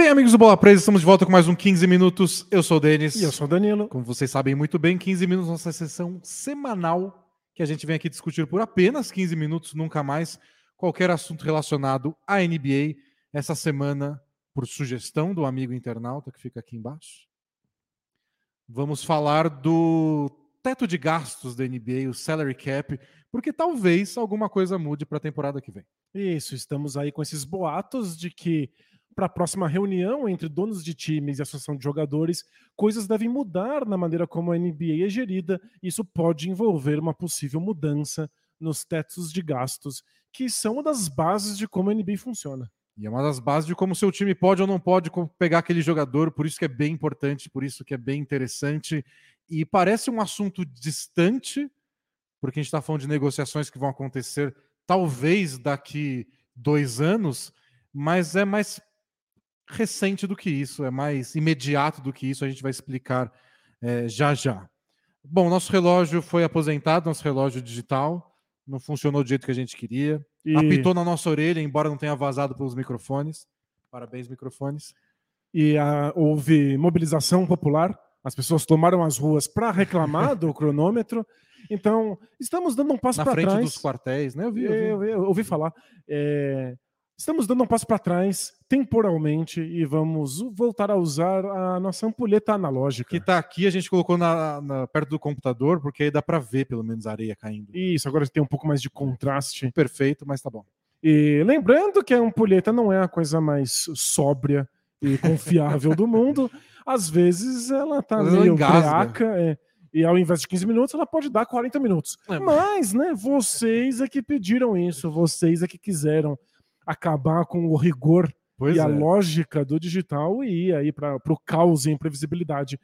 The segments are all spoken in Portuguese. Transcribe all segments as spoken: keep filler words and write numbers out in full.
Bem, amigos do Bola Presa, estamos de volta com mais um quinze minutos. Eu sou o Denis. E eu sou o Danilo. Como vocês sabem muito bem, quinze minutos é nossa sessão semanal que a gente vem aqui discutir por apenas quinze minutos, nunca mais, qualquer assunto relacionado à N B A. Essa semana, por sugestão do amigo internauta que fica aqui embaixo, vamos falar do teto de gastos da N B A, o salary cap, porque talvez alguma coisa mude para a temporada que vem. Isso, estamos aí com esses boatos de que para a próxima reunião entre donos de times e associação de jogadores, coisas devem mudar na maneira como a N B A é gerida. Isso pode envolver uma possível mudança nos tetos de gastos, que são uma das bases de como a N B A funciona. E é uma das bases de como seu time pode ou não pode pegar aquele jogador, por isso que é bem importante, por isso que é bem interessante. E parece um assunto distante, porque a gente está falando de negociações que vão acontecer talvez daqui dois anos, mas é mais recente do que isso, é mais imediato do que isso, a gente vai explicar é, já já. Bom, nosso relógio foi aposentado, nosso relógio digital, não funcionou do jeito que a gente queria, e... apitou na nossa orelha, embora não tenha vazado pelos microfones. Parabéns, microfones. E a, houve mobilização popular, as pessoas tomaram as ruas para reclamar do cronômetro. Então, estamos dando um passo para trás. Na frente dos quartéis, né? Eu, vi, eu, vi. Eu, eu, eu ouvi falar. É... Estamos dando um passo para trás, temporalmente, e vamos voltar a usar a nossa ampulheta analógica. Que está aqui, a gente colocou na, na, perto do computador, porque aí dá para ver, pelo menos, a areia caindo. Isso, agora tem um pouco mais de contraste. Perfeito, mas tá bom. E lembrando que a ampulheta não é a coisa mais sóbria e confiável do mundo. Às vezes ela tá Às meio breaca, é, e ao invés de quinze minutos, ela pode dar quarenta minutos. É, mas, né, vocês é que pediram isso, vocês é que quiseram acabar com o rigor pois e a é. lógica do digital e ir aí para o caos e imprevisibilidade.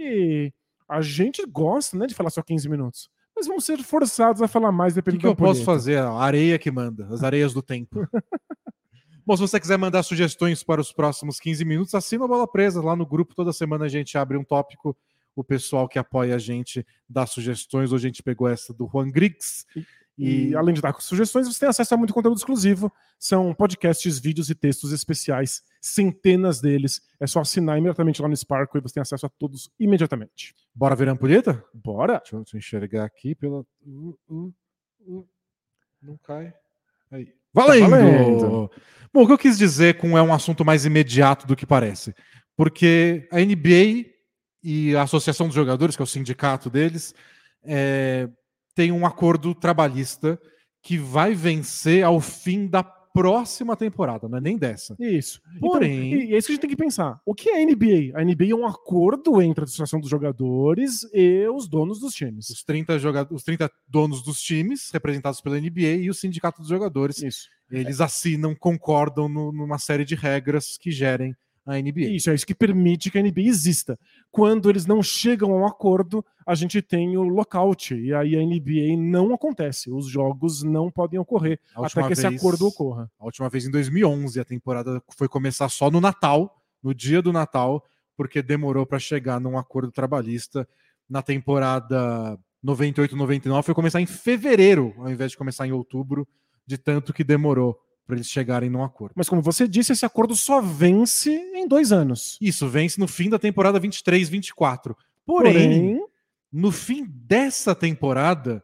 E a gente gosta, né, de falar só quinze minutos, mas vamos ser forçados a falar mais dependendo do que, que eu posso fazer? A areia que manda, as areias do tempo. Bom, se você quiser mandar sugestões para os próximos quinze minutos, assina a Bola Presa. Lá no grupo, toda semana a gente abre um tópico. O pessoal que apoia a gente dá sugestões. Hoje a gente pegou essa do Juan Griggs. E, e além de dar sugestões, você tem acesso a muito conteúdo exclusivo. São podcasts, vídeos e textos especiais, centenas deles. É só assinar imediatamente lá no Sparkle e você tem acesso a todos imediatamente. Bora ver a ampulheta? Bora! Deixa eu, deixa eu enxergar aqui pela... Uh, uh, uh. Não cai. Aí. Valendo! Tá valendo! Bom, o que eu quis dizer com é um assunto mais imediato do que parece. Porque a N B A e a Associação dos Jogadores, que é o sindicato deles, é... tem um acordo trabalhista que vai vencer ao fim da próxima temporada, não é nem dessa. Isso. Porém... Então, e é isso que a gente tem que pensar. O que é a N B A? A N B A é um acordo entre a Associação dos Jogadores e os donos dos times. Os trinta, jogadores, os trinta donos dos times, representados pela N B A, e o Sindicato dos Jogadores. Isso. Eles assinam, concordam no, numa série de regras que gerem a N B A. Isso, é isso que permite que a N B A exista. Quando eles não chegam a um acordo, a gente tem o lockout, e aí a N B A não acontece. Os jogos não podem ocorrer até que vez, esse acordo ocorra. A última vez em dois mil e onze, a temporada foi começar só no Natal, no dia do Natal, porque demorou para chegar num acordo trabalhista. Na temporada noventa e oito noventa e nove foi começar em fevereiro, ao invés de começar em outubro, de tanto que demorou para eles chegarem num acordo. Mas como você disse, esse acordo só vence em dois anos. Isso, vence no fim da temporada vinte e três vinte e quatro. Porém, Porém... no fim dessa temporada,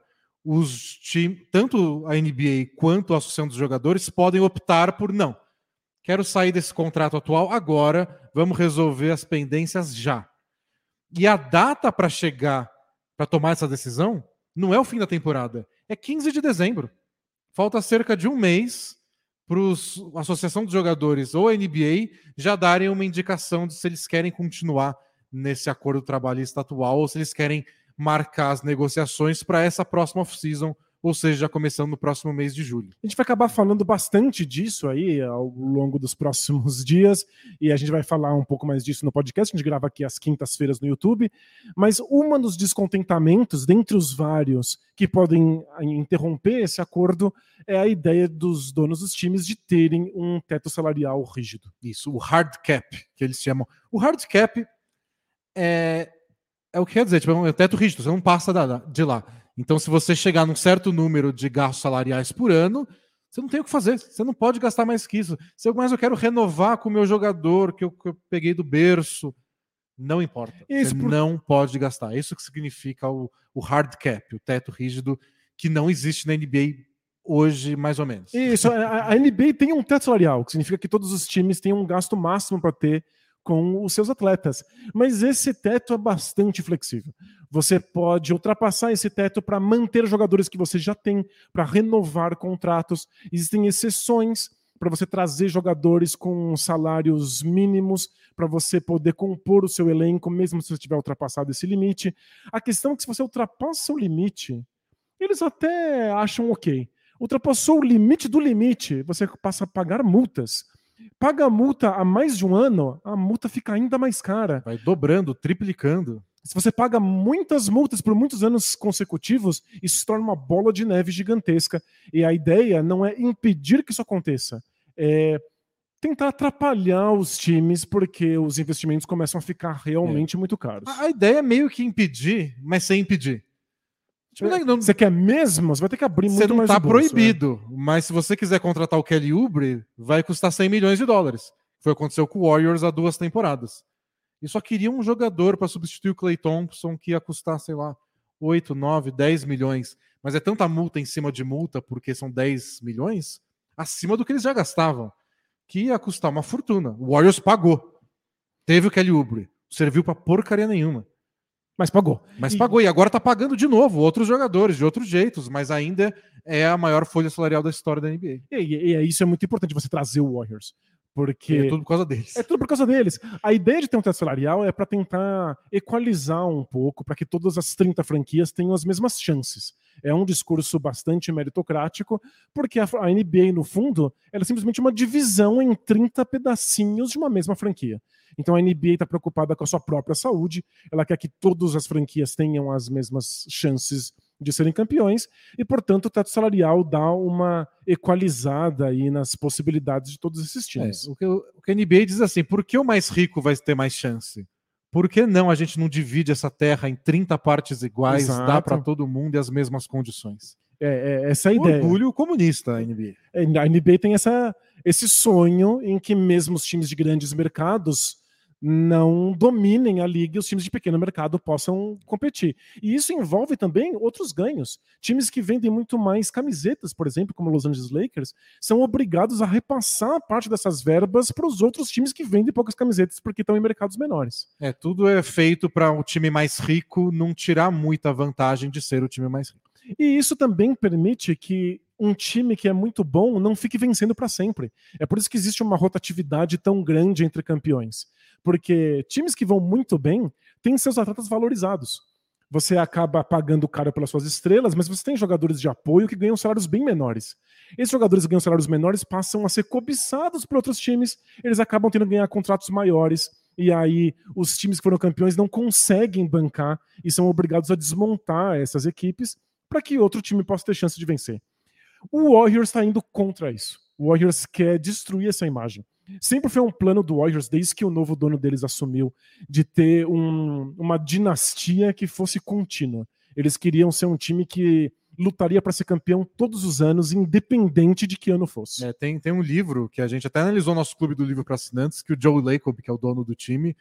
os time, tanto a N B A quanto a Associação dos Jogadores podem optar por não. Quero sair desse contrato atual agora, vamos resolver as pendências já. E a data para chegar, para tomar essa decisão, não é o fim da temporada, é quinze de dezembro. Falta cerca de um mês para a Associação dos Jogadores ou a N B A já darem uma indicação de se eles querem continuar nesse acordo trabalhista atual ou se eles querem marcar as negociações para essa próxima off-season, ou seja, já começando no próximo mês de julho. A gente vai acabar falando bastante disso aí ao longo dos próximos dias, e a gente vai falar um pouco mais disso no podcast, a gente grava aqui às quintas-feiras no YouTube, mas um dos descontentamentos, dentre os vários que podem interromper esse acordo, é a ideia dos donos dos times de terem um teto salarial rígido. Isso, o hard cap, que eles chamam. O hard cap é, é o que quer dizer, tipo, é um teto rígido, você não passa de lá. Então, se você chegar num certo número de gastos salariais por ano, Você não tem o que fazer, você não pode gastar mais que isso. Se eu, mas eu quero renovar com o meu jogador que eu, que eu peguei do berço. Não importa. Isso você por... não pode gastar. Isso que significa o, o hard cap, o teto rígido, que não existe na N B A hoje, mais ou menos. Isso, a, a N B A tem um teto salarial, que significa que todos os times têm um gasto máximo para ter com os seus atletas. Mas esse teto é bastante flexível. Você pode ultrapassar esse teto para manter jogadores que você já tem, para renovar contratos. Existem exceções para você trazer jogadores com salários mínimos, para você poder compor o seu elenco, mesmo se você tiver ultrapassado esse limite. A questão é que se você ultrapassa o limite, eles até acham ok. Ultrapassou o limite do limite, você passa a pagar multas. Paga a multa há mais de um ano, a multa fica ainda mais cara. Vai dobrando, triplicando. Se você paga muitas multas por muitos anos consecutivos, isso se torna uma bola de neve gigantesca. E a ideia não é impedir que isso aconteça, é tentar atrapalhar os times, porque os investimentos começam a ficar realmente é. muito caros. A, a ideia é meio que impedir, mas sem impedir. Tipo, é, não, você quer mesmo? Você vai ter que abrir muito mais o bolso. Você não tá proibido, é. mas se você quiser contratar o Kelly Oubre, vai custar cem milhões de dólares. Foi o que aconteceu com o Warriors há duas temporadas. E só queria um jogador para substituir o Klay Thompson que ia custar, sei lá, oito, nove, dez milhões. Mas é tanta multa em cima de multa, porque são dez milhões, acima do que eles já gastavam, que ia custar uma fortuna. O Warriors pagou. Teve o Kelly Oubre. Serviu para porcaria nenhuma. Mas pagou. Mas e... pagou. E agora tá pagando de novo outros jogadores, de outros jeitos, mas ainda é a maior folha salarial da história da N B A. E, e, e isso é muito importante, você trazer o Warriors. Porque é tudo por causa deles. É tudo por causa deles. A ideia de ter um teto salarial é para tentar equalizar um pouco, para que todas as trinta franquias tenham as mesmas chances. É um discurso bastante meritocrático, porque a N B A, no fundo, ela é simplesmente uma divisão em trinta pedacinhos de uma mesma franquia. Então a N B A está preocupada com a sua própria saúde, ela quer que todas as franquias tenham as mesmas chances de serem campeões, e, portanto, o teto salarial dá uma equalizada aí nas possibilidades de todos esses times. É, o, que, o que a N B A diz assim, por que o mais rico vai ter mais chance? Por que não a gente não divide essa terra em trinta partes iguais, Exato. Dá para todo mundo e as mesmas condições? É, é essa é a ideia. Orgulho comunista, a N B A. A N B A tem essa, esse sonho em que mesmo os times de grandes mercados não dominem a liga e os times de pequeno mercado possam competir. E isso envolve também outros ganhos. Times que vendem muito mais camisetas, por exemplo, como Los Angeles Lakers, são obrigados a repassar parte dessas verbas para os outros times que vendem poucas camisetas porque estão em mercados menores. É, tudo é feito para o time mais rico não tirar muita vantagem de ser o time mais rico. E isso também permite que um time que é muito bom não fique vencendo para sempre. É por isso que existe uma rotatividade tão grande entre campeões. Porque times que vão muito bem têm seus atletas valorizados. Você acaba pagando caro pelas suas estrelas, mas você tem jogadores de apoio que ganham salários bem menores. Esses jogadores que ganham salários menores passam a ser cobiçados por outros times, eles acabam tendo que ganhar contratos maiores, e aí os times que foram campeões não conseguem bancar e são obrigados a desmontar essas equipes para que outro time possa ter chance de vencer. O Warriors está indo contra isso. O Warriors quer destruir essa imagem. Sempre foi um plano do Warriors, desde que o novo dono deles assumiu, de ter um, uma dinastia que fosse contínua. Eles queriam ser um time que lutaria para ser campeão todos os anos, independente de que ano fosse. É, tem, tem um livro que a gente até analisou no nosso clube do livro para assinantes, que o Joe Lacob, que é o dono do time,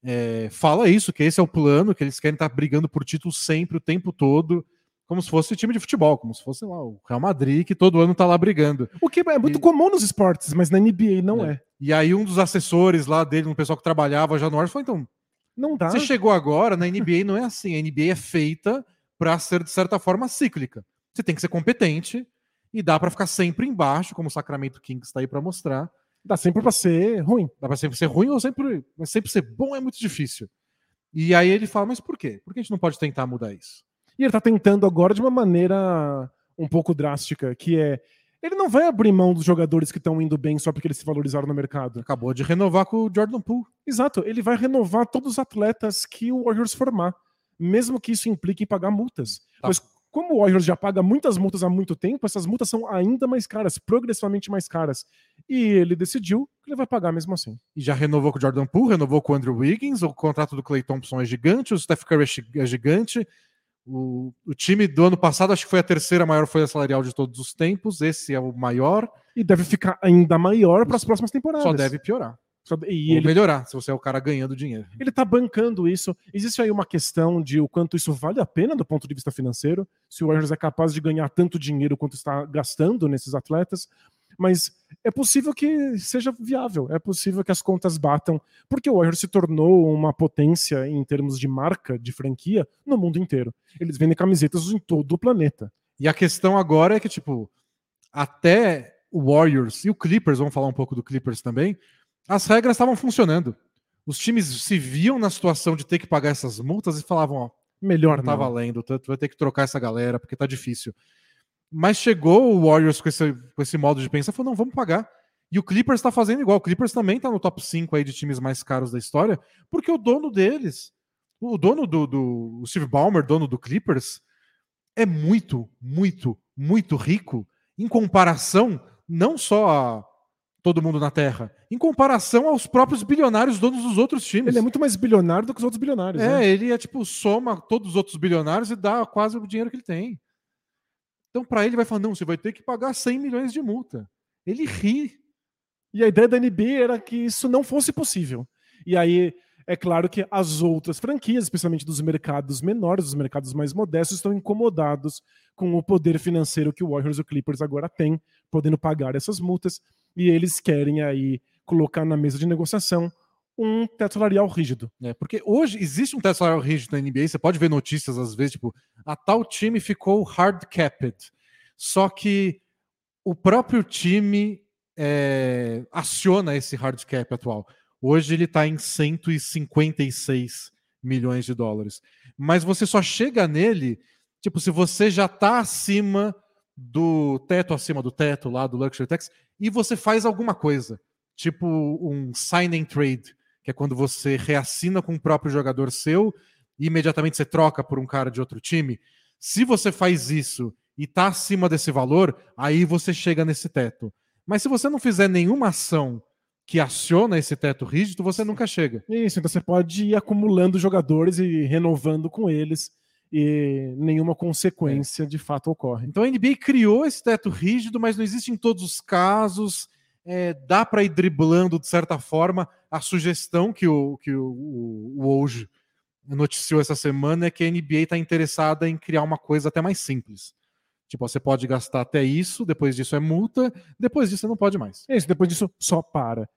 é, fala isso, que esse é o plano, que eles querem estar brigando por título sempre, o tempo todo, como se fosse time de futebol, como se fosse lá, o Real Madrid, que todo ano tá lá brigando. O que é muito e... comum nos esportes, mas na N B A não é. é. E aí um dos assessores lá dele, um pessoal que trabalhava já no Warriors, falou, então, não dá. Você chegou agora, na N B A não é assim, a N B A é feita para ser, de certa forma, cíclica. Você tem que ser competente e dá para ficar sempre embaixo, como o Sacramento Kings está aí para mostrar. Dá sempre para ser ruim. Dá para sempre ser ruim ou sempre, mas sempre ser bom é muito difícil. E aí ele fala, mas por quê? Por que a gente não pode tentar mudar isso? E ele tá tentando agora de uma maneira um pouco drástica, que é, ele não vai abrir mão dos jogadores que estão indo bem só porque eles se valorizaram no mercado. Acabou de renovar com o Jordan Poole. Exato, ele vai renovar todos os atletas que o Warriors formar, mesmo que isso implique em pagar multas. Tá. Mas como o Warriors já paga muitas multas há muito tempo, essas multas são ainda mais caras, progressivamente mais caras. E ele decidiu que ele vai pagar mesmo assim. E já renovou com o Jordan Poole, renovou com o Andrew Wiggins, o contrato do Klay Thompson é gigante, o Steph Curry é gigante. O, o time do ano passado acho que foi a terceira maior folha salarial de todos os tempos, esse é o maior. E deve ficar ainda maior para as próximas temporadas. Só deve piorar. Só, e Ou ele, melhorar, se você é o cara ganhando dinheiro. Ele tá bancando isso. Existe aí uma questão de o quanto isso vale a pena do ponto de vista financeiro, se o Warriors é capaz de ganhar tanto dinheiro quanto está gastando nesses atletas, mas é possível que seja viável, é possível que as contas batam, porque o Warriors se tornou uma potência em termos de marca, de franquia, no mundo inteiro. Eles vendem camisetas em todo o planeta. E a questão agora é que, tipo, até o Warriors e o Clippers, vamos falar um pouco do Clippers também, as regras estavam funcionando. Os times se viam na situação de ter que pagar essas multas e falavam, ó, melhor não tá não. valendo, tu vai ter que trocar essa galera porque tá difícil. Mas chegou o Warriors com esse, com esse modo de pensar e falou, não, vamos pagar. E o Clippers tá fazendo igual. O Clippers também tá no top cinco aí de times mais caros da história, porque o dono deles, o dono do, do o Steve Ballmer, dono do Clippers, é muito, muito, muito rico em comparação não só a todo mundo na Terra, em comparação aos próprios bilionários donos dos outros times. Ele é muito mais bilionário do que os outros bilionários. É, né? ele é tipo, soma todos os outros bilionários e dá quase o dinheiro que ele tem. Então, para ele, vai falar, não, você vai ter que pagar cem milhões de multa. Ele ri. E a ideia da N B A era que isso não fosse possível. E aí, é claro que as outras franquias, especialmente dos mercados menores, dos mercados mais modestos, estão incomodados com o poder financeiro que o Warriors e o Clippers agora têm, podendo pagar essas multas, e eles querem aí colocar na mesa de negociação um teto salarial rígido. É, porque hoje existe um teto salarial rígido na N B A, você pode ver notícias às vezes, tipo, a tal time ficou hard capped. Só que o próprio time é, aciona esse hard cap atual. Hoje ele está em cento e cinquenta e seis milhões de dólares. Mas você só chega nele, tipo, se você já está acima do teto, acima do teto lá do Luxury Tax, e você faz alguma coisa, tipo um sign and trade, que é quando você reassina com o próprio jogador seu e imediatamente você troca por um cara de outro time. Se você faz isso e está acima desse valor, aí você chega nesse teto. Mas se você não fizer nenhuma ação que aciona esse teto rígido, você nunca chega. Isso, então você pode ir acumulando jogadores e renovando com eles e nenhuma consequência é. de fato ocorre. Então a N B A criou esse teto rígido, mas não existe em todos os casos. É, dá para ir driblando de certa forma. A sugestão que o, que o, o, o Woj noticiou essa semana é que a N B A está interessada em criar uma coisa até mais simples. Tipo, você pode gastar até isso, depois disso é multa, depois disso você não pode mais. Isso, depois disso só para.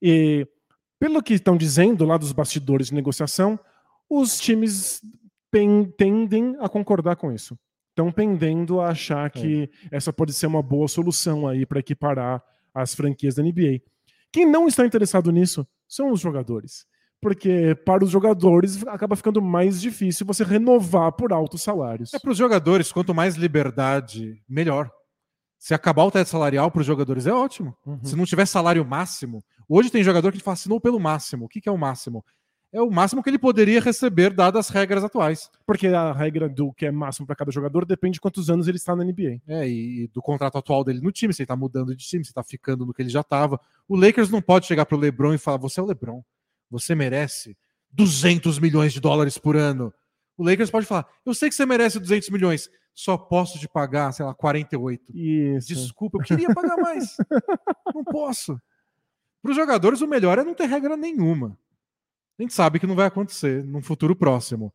E pelo que estão dizendo lá dos bastidores de negociação, os times pen, tendem a concordar com isso. Estão pendendo a achar que é. essa pode ser uma boa solução aí para equiparar as franquias da N B A. Quem não está interessado nisso são os jogadores. Porque para os jogadores acaba ficando mais difícil você renovar por altos salários. É, para os jogadores, quanto mais liberdade, melhor. Se acabar o teto salarial para os jogadores é ótimo. Uhum. Se não tiver salário máximo, hoje tem jogador que assinou pelo máximo. O que, que é o máximo? É o máximo que ele poderia receber dadas as regras atuais. Porque a regra do que é máximo para cada jogador depende de quantos anos ele está na N B A. É, e do contrato atual dele no time, se ele está mudando de time, se está ficando no que ele já estava. O Lakers não pode chegar para o LeBron e falar, você é o LeBron, você merece duzentos milhões de dólares por ano. O Lakers pode falar, eu sei que você merece duzentos milhões, só posso te pagar, sei lá, quarenta e oito. Isso. Desculpa, eu queria pagar mais. Não posso. Para os jogadores, o melhor é não ter regra nenhuma. A gente sabe que não vai acontecer num futuro próximo.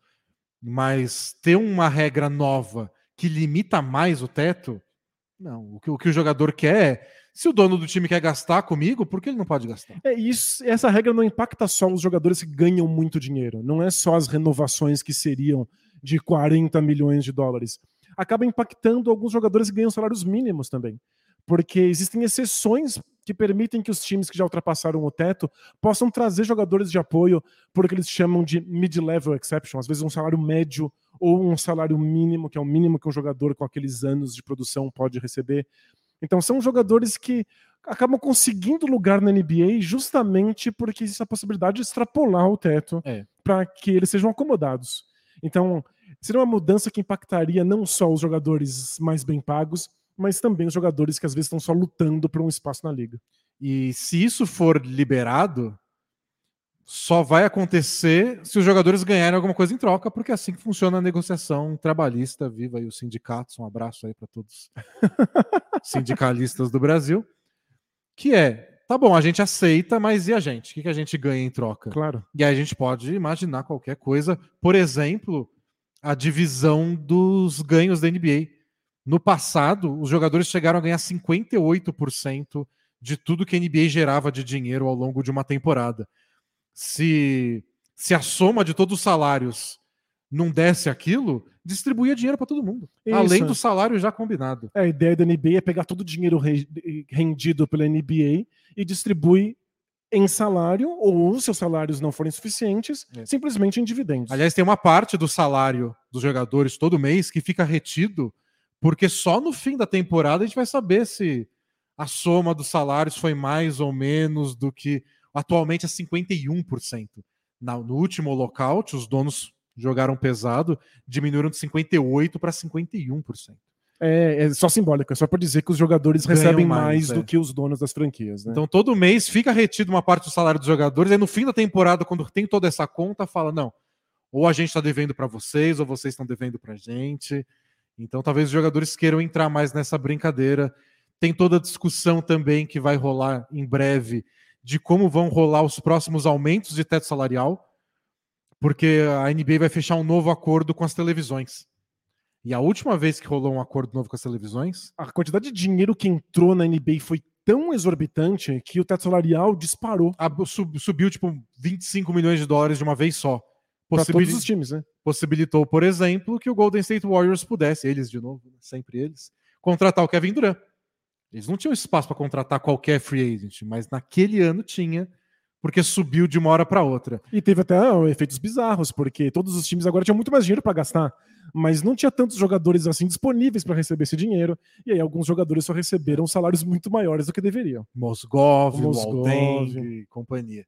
Mas ter uma regra nova que limita mais o teto, não. O que o, que o jogador quer é, se o dono do time quer gastar comigo, por que ele não pode gastar? É isso, essa regra não impacta só os jogadores que ganham muito dinheiro. Não é só as renovações que seriam de quarenta milhões de dólares. Acaba impactando alguns jogadores que ganham salários mínimos também. Porque existem exceções que permitem que os times que já ultrapassaram o teto possam trazer jogadores de apoio por o que eles chamam de mid-level exception, às vezes um salário médio ou um salário mínimo, que é o mínimo que um jogador com aqueles anos de produção pode receber. Então são jogadores que acabam conseguindo lugar na N B A justamente porque existe a possibilidade de extrapolar o teto é. para que eles sejam acomodados. Então seria uma mudança que impactaria não só os jogadores mais bem pagos, mas também os jogadores que às vezes estão só lutando por um espaço na liga. E se isso for liberado, só vai acontecer se os jogadores ganharem alguma coisa em troca, porque é assim que funciona a negociação trabalhista. Viva aí os sindicatos, um abraço aí para todos os sindicalistas do Brasil. Que é, tá bom, a gente aceita, mas e a gente? O que, que a gente ganha em troca? Claro. E aí a gente pode imaginar qualquer coisa, por exemplo, a divisão dos ganhos da N B A. No passado, os jogadores chegaram a ganhar cinquenta e oito por cento de tudo que a N B A gerava de dinheiro ao longo de uma temporada. Se, se a soma de todos os salários não desse aquilo, distribuía dinheiro para todo mundo. Isso. Além do salário já combinado. É, a ideia da N B A é pegar todo o dinheiro re, rendido pela N B A e distribui em salário, ou se os salários não forem suficientes, é. simplesmente em dividendos. Aliás, tem uma parte do salário dos jogadores todo mês que fica retido, porque só no fim da temporada a gente vai saber se a soma dos salários foi mais ou menos do que... Atualmente é cinquenta e um por cento. No último lockout, os donos jogaram pesado, diminuíram de cinquenta e oito por cento para cinquenta e um por cento. É, é só simbólico, é só para dizer que os jogadores Ganham recebem mais, mais é. do que os donos das franquias. Né? Então todo mês fica retido uma parte do salário dos jogadores, aí no fim da temporada, quando tem toda essa conta, fala, não, ou a gente está devendo para vocês, ou vocês estão devendo para a gente. Então talvez os jogadores queiram entrar mais nessa brincadeira. Tem toda a discussão também que vai rolar em breve de como vão rolar os próximos aumentos de teto salarial, porque a N B A vai fechar um novo acordo com as televisões. E a última vez que rolou um acordo novo com as televisões... A quantidade de dinheiro que entrou na N B A foi tão exorbitante que o teto salarial disparou. A, sub, subiu, tipo, vinte e cinco milhões de dólares de uma vez só. Para todos os times, né? Possibilitou, por exemplo, que o Golden State Warriors pudesse, eles de novo, sempre eles, contratar o Kevin Durant. Eles não tinham espaço para contratar qualquer free agent, mas naquele ano tinha, porque subiu de uma hora para outra. E teve até ó, efeitos bizarros, porque todos os times agora tinham muito mais dinheiro para gastar, mas não tinha tantos jogadores assim disponíveis para receber esse dinheiro, e aí alguns jogadores só receberam salários muito maiores do que deveriam. Mozgov, Walden e companhia.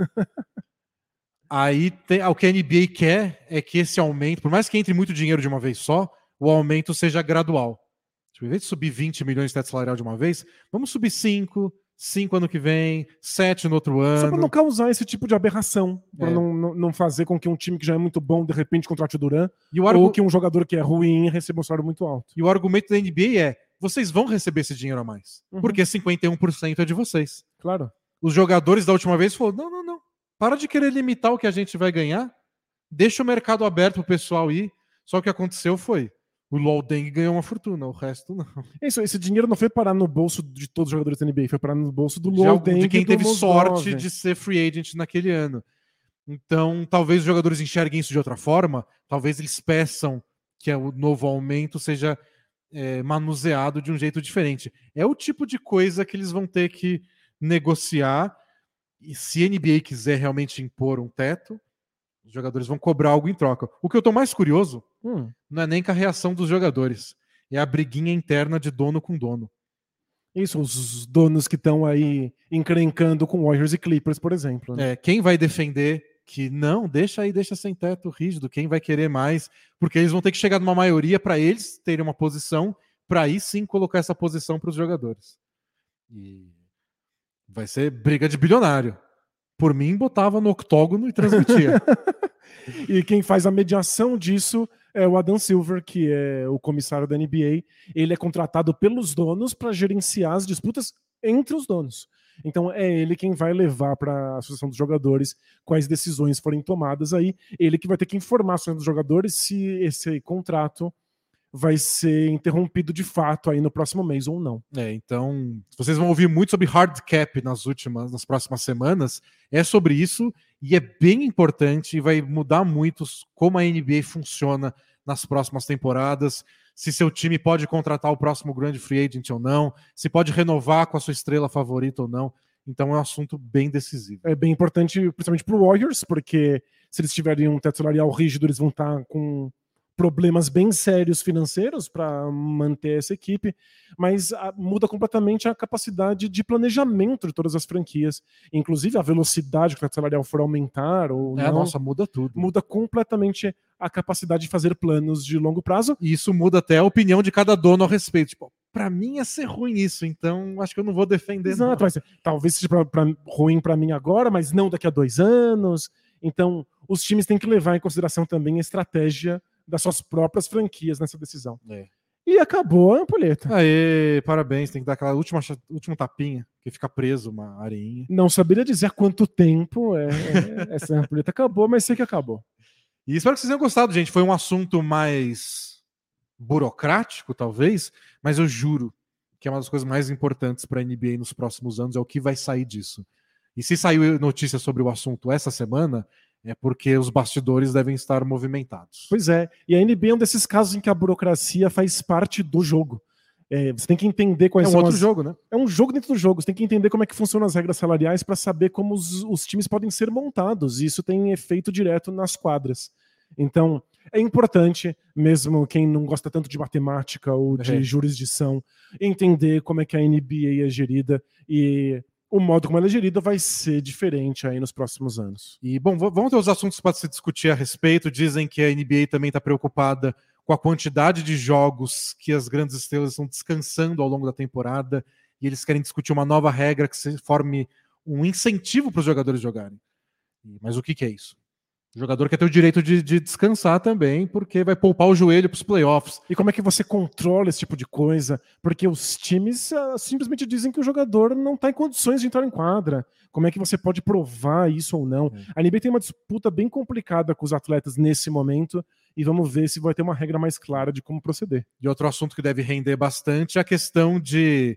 Aí tem, o que a N B A quer é que esse aumento, por mais que entre muito dinheiro de uma vez só, o aumento seja gradual. Tipo, em vez de subir vinte milhões de teto salarial de uma vez, vamos subir cinco, cinco ano que vem, sete no outro ano. Só para não causar esse tipo de aberração, para é. não, não fazer com que um time que já é muito bom, de repente, contrate o Durant, e o argu... ou que um jogador que é ruim receba um salário muito alto. E o argumento da N B A é, vocês vão receber esse dinheiro a mais, uhum. porque cinquenta e um por cento é de vocês. Claro. Os jogadores da última vez falaram, não, não, não, para de querer limitar o que a gente vai ganhar, deixa o mercado aberto para o pessoal ir. Só que o que aconteceu foi, o Luol Deng ganhou uma fortuna, o resto não. Isso, esse dinheiro não foi parar no bolso de todos os jogadores da N B A, foi parar no bolso do Luol Deng. De quem teve Mozgov. sorte de ser free agent naquele ano. Então, talvez os jogadores enxerguem isso de outra forma, talvez eles peçam que o novo aumento seja é, manuseado de um jeito diferente. É o tipo de coisa que eles vão ter que negociar, e se a N B A quiser realmente impor um teto, os jogadores vão cobrar algo em troca. O que eu tô mais curioso hum. não é nem com a reação dos jogadores, é a briguinha interna de dono com dono. Isso, os donos que estão aí encrencando com Warriors e Clippers, por exemplo. Né? É, quem vai defender que não, deixa aí, deixa sem teto rígido, quem vai querer mais, porque eles vão ter que chegar numa maioria para eles terem uma posição, para aí sim colocar essa posição para os jogadores. E vai ser briga de bilionário. Por mim, botava no octógono e transmitia. E quem faz a mediação disso é o Adam Silver, que é o comissário da N B A. Ele é contratado pelos donos para gerenciar as disputas entre os donos. Então é ele quem vai levar para a associação dos jogadores quais decisões forem tomadas aí. Ele que vai ter que informar a associação dos jogadores se esse contrato vai ser interrompido de fato aí no próximo mês ou não. É, então, vocês vão ouvir muito sobre hard cap nas últimas, nas próximas semanas. É sobre isso e é bem importante e vai mudar muito como a N B A funciona nas próximas temporadas. Se seu time pode contratar o próximo grande free agent ou não, se pode renovar com a sua estrela favorita ou não. Então é um assunto bem decisivo. É bem importante, principalmente para o Warriors, porque se eles tiverem um teto salarial rígido, eles vão estar com problemas bem sérios financeiros para manter essa equipe, mas a, muda completamente a capacidade de planejamento de todas as franquias, inclusive a velocidade que o teto salarial for aumentar ou é, não. Nossa, muda tudo. Muda completamente a capacidade de fazer planos de longo prazo. E isso muda até a opinião de cada dono a respeito. Tipo, pra mim ia ser ruim isso, então acho que eu não vou defender. Exato, mas talvez seja pra, pra, ruim pra mim agora, mas não daqui a dois anos. Então, os times têm que levar em consideração também a estratégia das suas próprias franquias nessa decisão. É. E acabou a ampulheta. Aê, parabéns, tem que dar aquela última, última tapinha, que fica preso uma areinha. Não saberia dizer há quanto tempo é, é, essa ampulheta acabou, mas sei que acabou. E espero que vocês tenham gostado, gente. Foi um assunto mais burocrático, talvez, mas eu juro que é uma das coisas mais importantes para a N B A nos próximos anos, é o que vai sair disso. E se saiu notícia sobre o assunto essa semana, é porque os bastidores devem estar movimentados. Pois é, e a N B A é um desses casos em que a burocracia faz parte do jogo. É, você tem que entender quais são... É um são outro as... jogo, né? É um jogo dentro do jogo, você tem que entender como é que funcionam as regras salariais para saber como os, os times podem ser montados, e isso tem efeito direto nas quadras. Então, é importante, mesmo quem não gosta tanto de matemática ou de é. jurisdição, entender como é que a N B A é gerida, e o modo como ela é gerida vai ser diferente aí nos próximos anos. E, bom, vamos ter os assuntos para se discutir a respeito. Dizem que a N B A também está preocupada com a quantidade de jogos que as grandes estrelas estão descansando ao longo da temporada, e eles querem discutir uma nova regra que se forme um incentivo para os jogadores jogarem. Mas o que, que é isso? O jogador quer ter o direito de, de descansar também, porque vai poupar o joelho para os playoffs. E como é que você controla esse tipo de coisa? Porque os times uh, simplesmente dizem que o jogador não está em condições de entrar em quadra. Como é que você pode provar isso ou não? É. A N B A tem uma disputa bem complicada com os atletas nesse momento, e vamos ver se vai ter uma regra mais clara de como proceder. E outro assunto que deve render bastante é a questão de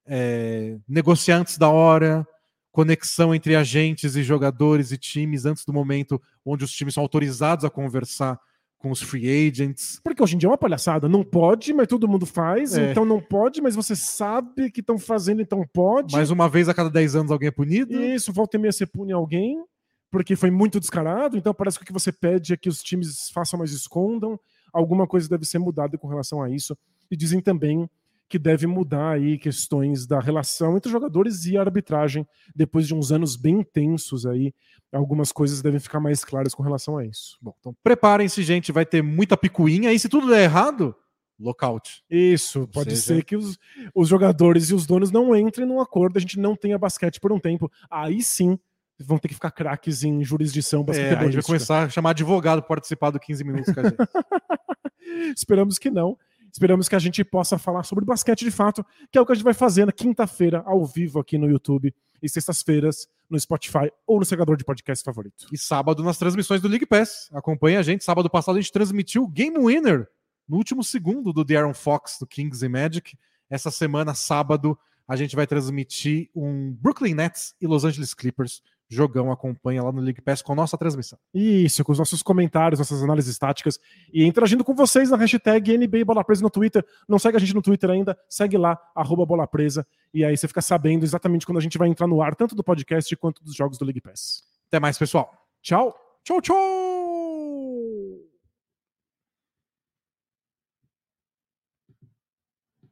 é, negociar antes da hora, conexão entre agentes e jogadores e times antes do momento onde os times são autorizados a conversar com os free agents. Porque hoje em dia é uma palhaçada. Não pode, mas todo mundo faz. É. Então não pode, mas você sabe que estão fazendo, então pode. Mais uma vez a cada dez anos alguém é punido. Isso, volta e meia você pune alguém, porque foi muito descarado. Então parece que o que você pede é que os times façam, mas escondam. Alguma coisa deve ser mudada com relação a isso. E dizem também que deve mudar aí questões da relação entre jogadores e a arbitragem. Depois de uns anos bem intensos aí, algumas coisas devem ficar mais claras com relação a isso. Bom, então preparem-se, gente, vai ter muita picuinha, e se tudo der errado, lockout. Isso, Ou pode seja... ser que os, os jogadores e os donos não entrem num acordo, a gente não tenha basquete por um tempo. Aí sim, vão ter que ficar craques em jurisdição basquetebolística. É, a gente vai começar a chamar advogado para participar do quinze minutos com a gente. Esperamos que não. Esperamos que a gente possa falar sobre basquete de fato, que é o que a gente vai fazer na quinta-feira, ao vivo aqui no YouTube, e sextas-feiras no Spotify ou no secador de podcast favorito. E sábado nas transmissões do League Pass. Acompanhe a gente. Sábado passado a gente transmitiu o Game Winner no último segundo do De'Aaron Fox, do Kings e Magic. Essa semana, sábado, a gente vai transmitir um Brooklyn Nets e Los Angeles Clippers. Jogão, acompanha lá no League Pass com a nossa transmissão. Isso, com os nossos comentários, nossas análises táticas e interagindo com vocês na hashtag N B A Bola Presa no Twitter. Não segue a gente no Twitter ainda, segue lá, arroba Bola Presa, e aí você fica sabendo exatamente quando a gente vai entrar no ar, tanto do podcast quanto dos jogos do League Pass. Até mais, pessoal. Tchau. Tchau, tchau.